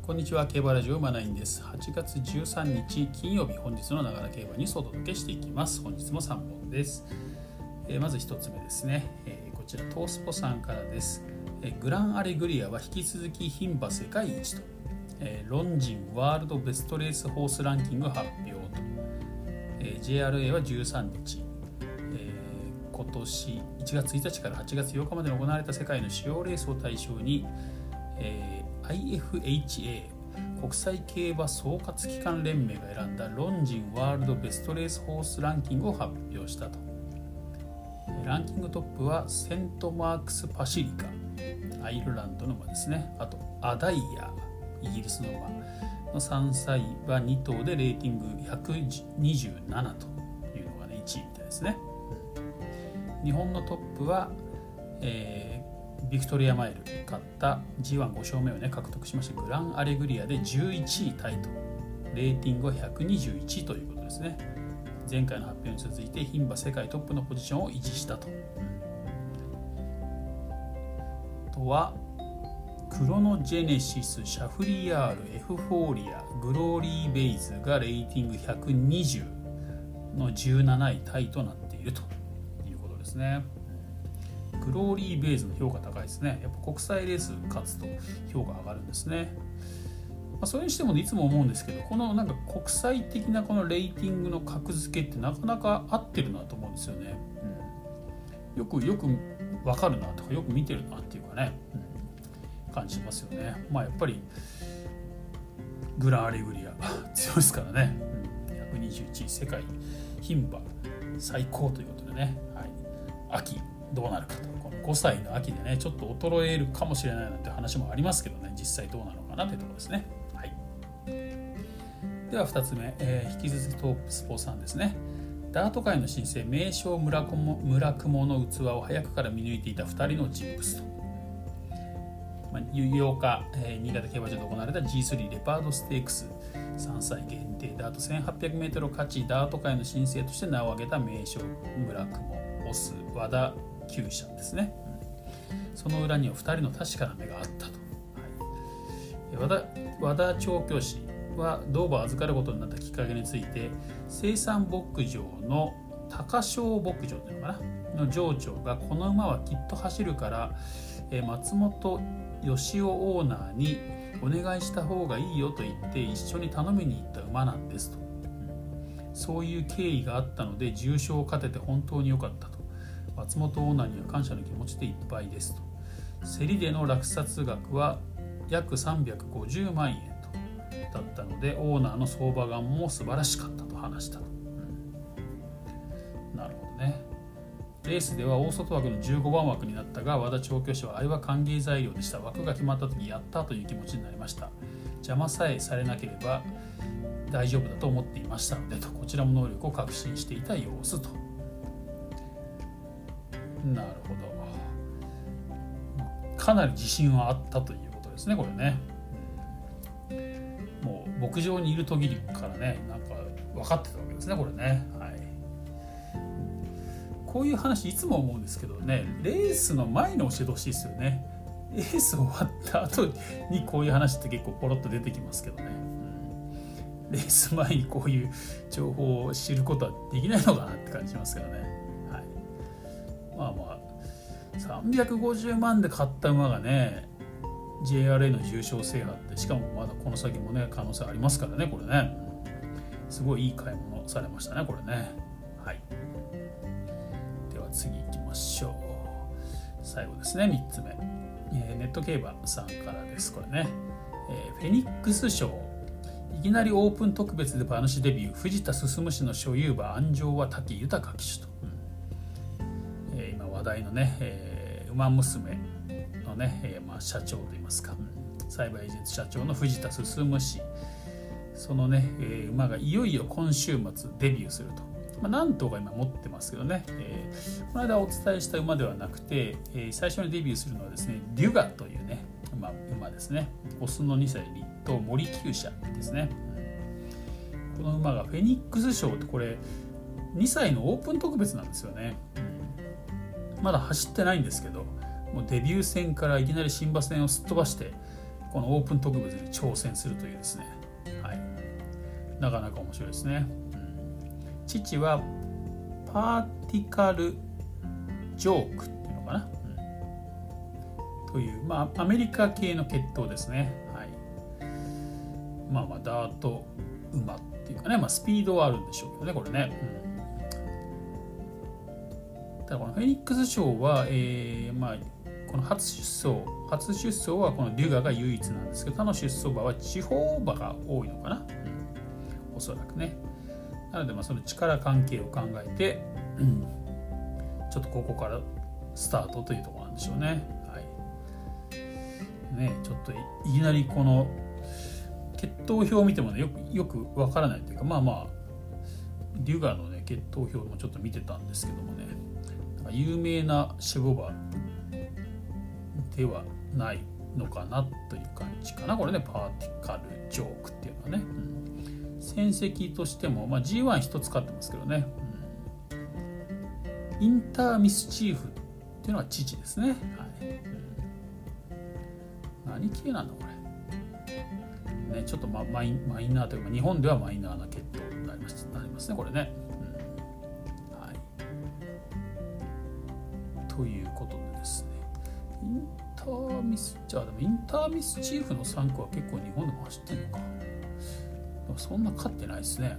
こんにちは、競馬ラジオ馬ナインです。8月13日金曜日、本日のながら競馬ニュースをお届けしていきます。本日も3本です。まず1つ目ですね、こちらトースポさんからです。グランアレグリアは引き続き牝馬世界一と、ロンジンワールドベストレースホースランキング発表と、JRA は13日、今年1月1日から8月8日までに行われた世界の主要レースを対象に、IFHA 国際競馬総括機関連盟が選んだロンジンワールドベストレースホースランキングを発表したと。ランキングトップはセントマークスパシリカ、アイルランドの馬ですね。あとアダイヤ、イギリスの馬の3歳馬2頭でレーティング127というのがね1位みたいですね。日本のトップは、ビクトリアマイル勝った G15 勝目をね獲得しましたグランアレグリアで11位タイと、レーティングは121ということですね。前回の発表に続いて牝馬世界トップのポジションを維持したと。あとはクロノジェネシス、シャフリヤール、エフフォーリア、グローリーベイズがレーティング120の17位タイとなっているということですね。グローリーベイズの評価高いですね。やっぱ国際レース勝つと評価上がるんですね。それにしてもいつも思うんですけど、このなんか国際的なこのレーティングの格付けってなかなか合ってるなと思うんですよね。よく分かるなとかよく見てるなっていうかね、感じしますよね。やっぱりグランアレグリア強いですからね。121位、世界牝馬最高ということでね、秋どうなるかと。この5歳の秋でねちょっと衰えるかもしれないなんて話もありますけどね、実際どうなのかなというところですね。では2つ目、引き続きトースポさんですね。ダート界の新星名将村雲の器を早くから見抜いていた2人の人物と。8日、新潟競馬場で行われた G3 レパードステークス3歳限定ダート 1800m を勝ち、ダート界の新星として名を挙げた名将村雲オス和田厩舎ですね。その裏には2人の確かな目があったと。和田調教師は銅馬を預かることになったきっかけについて、生産牧場の高商牧場というのかなの場長がこの馬はきっと走るから松本義雄オーナーにお願いした方がいいよと言って一緒に頼みに行った馬なんですと。そういう経緯があったので重賞を勝てて本当に良かったと。松本オーナーには感謝の気持ちでいっぱいですと。競りでの落札額は約350万円とだったので、オーナーの相場眼も素晴らしかったと話したと。なるほどね。レースでは大外枠の15番枠になったが、和田調教師はあれは歓迎材料でした。枠が決まった時やったという気持ちになりました。邪魔さえされなければ大丈夫だと思っていましたのでと、こちらも能力を確信していた様子と。なるほど。かなり自信はあったということですね、これね。もう牧場にいる時からね、なんか分かってたわけですね、これね。こういう話いつも思うんですけどね、レースの前に教えてほしいですよね。レース終わった後にこういう話って結構ポロッと出てきますけどね。レース前にこういう情報を知ることはできないのかなって感じしますけどね。350万で買った馬がね JRA の重賞制覇って、しかもまだこの先もね可能性ありますからね、これね。すごいいい買い物されましたね、これね。では次行きましょう。最後ですね、3つ目、ネット競馬さんからです。これね、フェニックス賞いきなりオープン特別で馬主デビュー、藤田進氏の所有馬安城は滝豊騎手と。今話題のね、馬娘のね、社長といいますか、サイバーエージェント社長の藤田進氏、そのね、馬がいよいよ今週末デビューすると。何頭か今持ってますけどね、この間お伝えした馬ではなくて、最初にデビューするのはですね、デュガというね馬ですね。オスの2歳立冬森厩舎ですね。この馬がフェニックス賞って、これ2歳のオープン特別なんですよね。まだ走ってないんですけど、もうデビュー戦からいきなり新馬戦をすっ飛ばしてこのオープン特別に挑戦するというですね、はい、なかなか面白いですね。父はパーティカルジョークっていうのかな、という、アメリカ系の血統ですね。はい、ダート馬っていうかね、スピードはあるんでしょうけどね、これね。ただこのフェニックス賞は、この初出走はこのデュガが唯一なんですけど、他の出走馬は地方馬が多いのかな、おそらくね。なのでその力関係を考えて、ちょっとここからスタートというところなんでしょうね。はいね、ちょっといきなりこの血統表を見てもね、よくわからないというか、デュガのね血統表もちょっと見てたんですけどもね、有名な種牡馬ではないのかなという感じかな、これね。パーティカルジョークっていうのはね、戦績としても、G1 一つ勝ってますけどね、インターミスチーフっていうのは父ですね。はい、何系なんだこれ、ね、ちょっとマイナーというか、日本ではマイナーな血統になりますね、これね。はい、ということでですね、インターミスチーフの3区は結構日本でも走ってるのか。でもそんな勝ってないですね。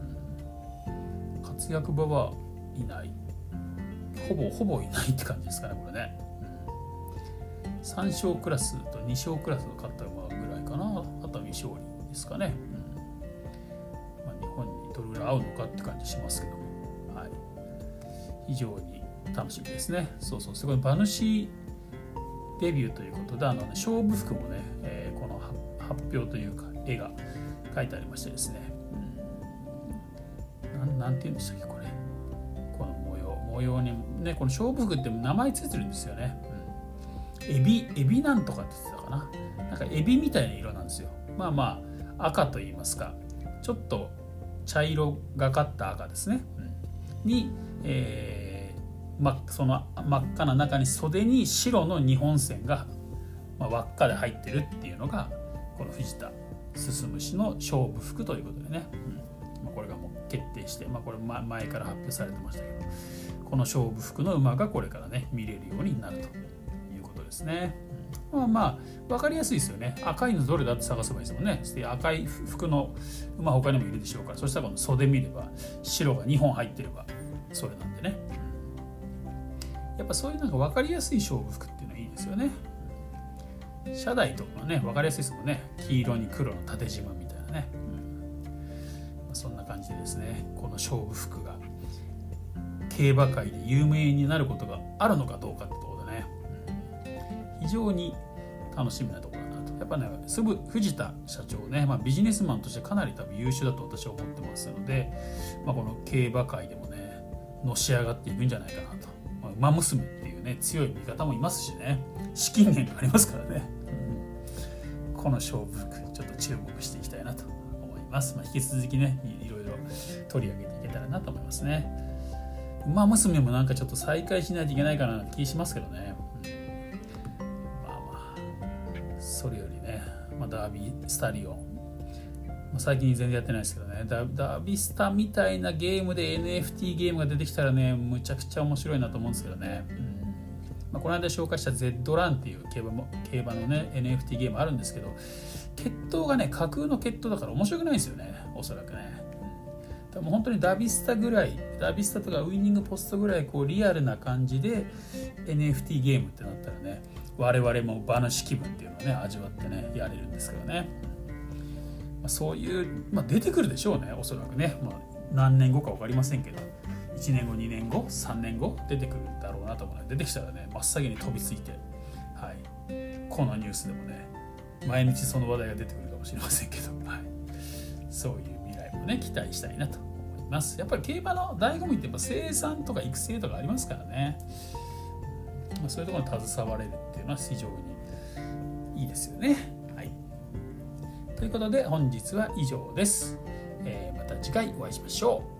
活躍馬はいない、ほぼいないって感じですかね、これね。3勝クラスと2勝クラスを勝った馬ぐらいかな。あとは未勝利ですかね。日本にどれぐらい合うのかって感じしますけども、はい、非常に楽しみですね。すごい馬主デビューということで、勝負服もね、この発表というか絵が書いてありましてですね、なんて言うんでしたっけ、これ、この模様にね、この勝負服って名前ついてるんですよね。エビなんとかって言ってたかな。なんかエビみたいな色なんですよ。赤と言いますか、ちょっと茶色がかった赤ですね。に、その真っ赤な中に袖に白の日本線が、輪っかで入ってるっていうのがこの藤田進氏の勝負服ということでね、これがもう決定して、これ前から発表されてましたけど、この勝負服の馬がこれからね見れるようになるということですね。分かりやすいですよね。赤いのどれだって探せばいいですもんね。赤い服の馬他にもいるでしょうから、そしたらこの袖見れば白が2本入ってればそれなんでね、やっぱそういうなんか分かりやすい勝負服っていうのはいいですよね。車台とかはね分かりやすいですもんね。黄色に黒の縦縞みたいなね、そんな感じでですね、この勝負服が競馬界で有名になることがあるのかどうかってところでね、非常に楽しみなところだなと。やっぱね、藤田社長ね、ビジネスマンとしてかなり多分優秀だと私は思ってますので、この競馬界でもねのし上がっていくんじゃないかなと。馬娘っていうね強い味方もいますしね、資金源がありますからね、この勝負服ちょっと注目していきたいなと思います。引き続きねいろいろ取り上げていけたらなと思いますね。馬娘もなんかちょっと再開しないといけないかなって気しますけどね、それよりね、ダービースタリオン、最近全然やってないですけどね、ダービスタみたいなゲームで NFT ゲームが出てきたらね、むちゃくちゃ面白いなと思うんですけどね、この間紹介した Z ランっていう競馬のね NFT ゲームあるんですけど、血統がね架空の血統だから面白くないんですよね、おそらくね。でも本当にダービスタとかウイニングポストぐらいこうリアルな感じで NFT ゲームってなったらね、我々も馬主気分っていうのをね味わってねやれるんですけどね、そういう、出てくるでしょうね、おそらくね、何年後か分かりませんけど、1年後2年後3年後出てくるんだろうなと思うので、出てきたらね真っ先に飛びついて、このニュースでもね毎日その話題が出てくるかもしれませんけど、そういう未来もね期待したいなと思います。やっぱり競馬の醍醐味ってやっぱ生産とか育成とかありますからね、そういうところに携われるっていうのは非常にいいですよね。ということで本日は以上です。また次回お会いしましょう。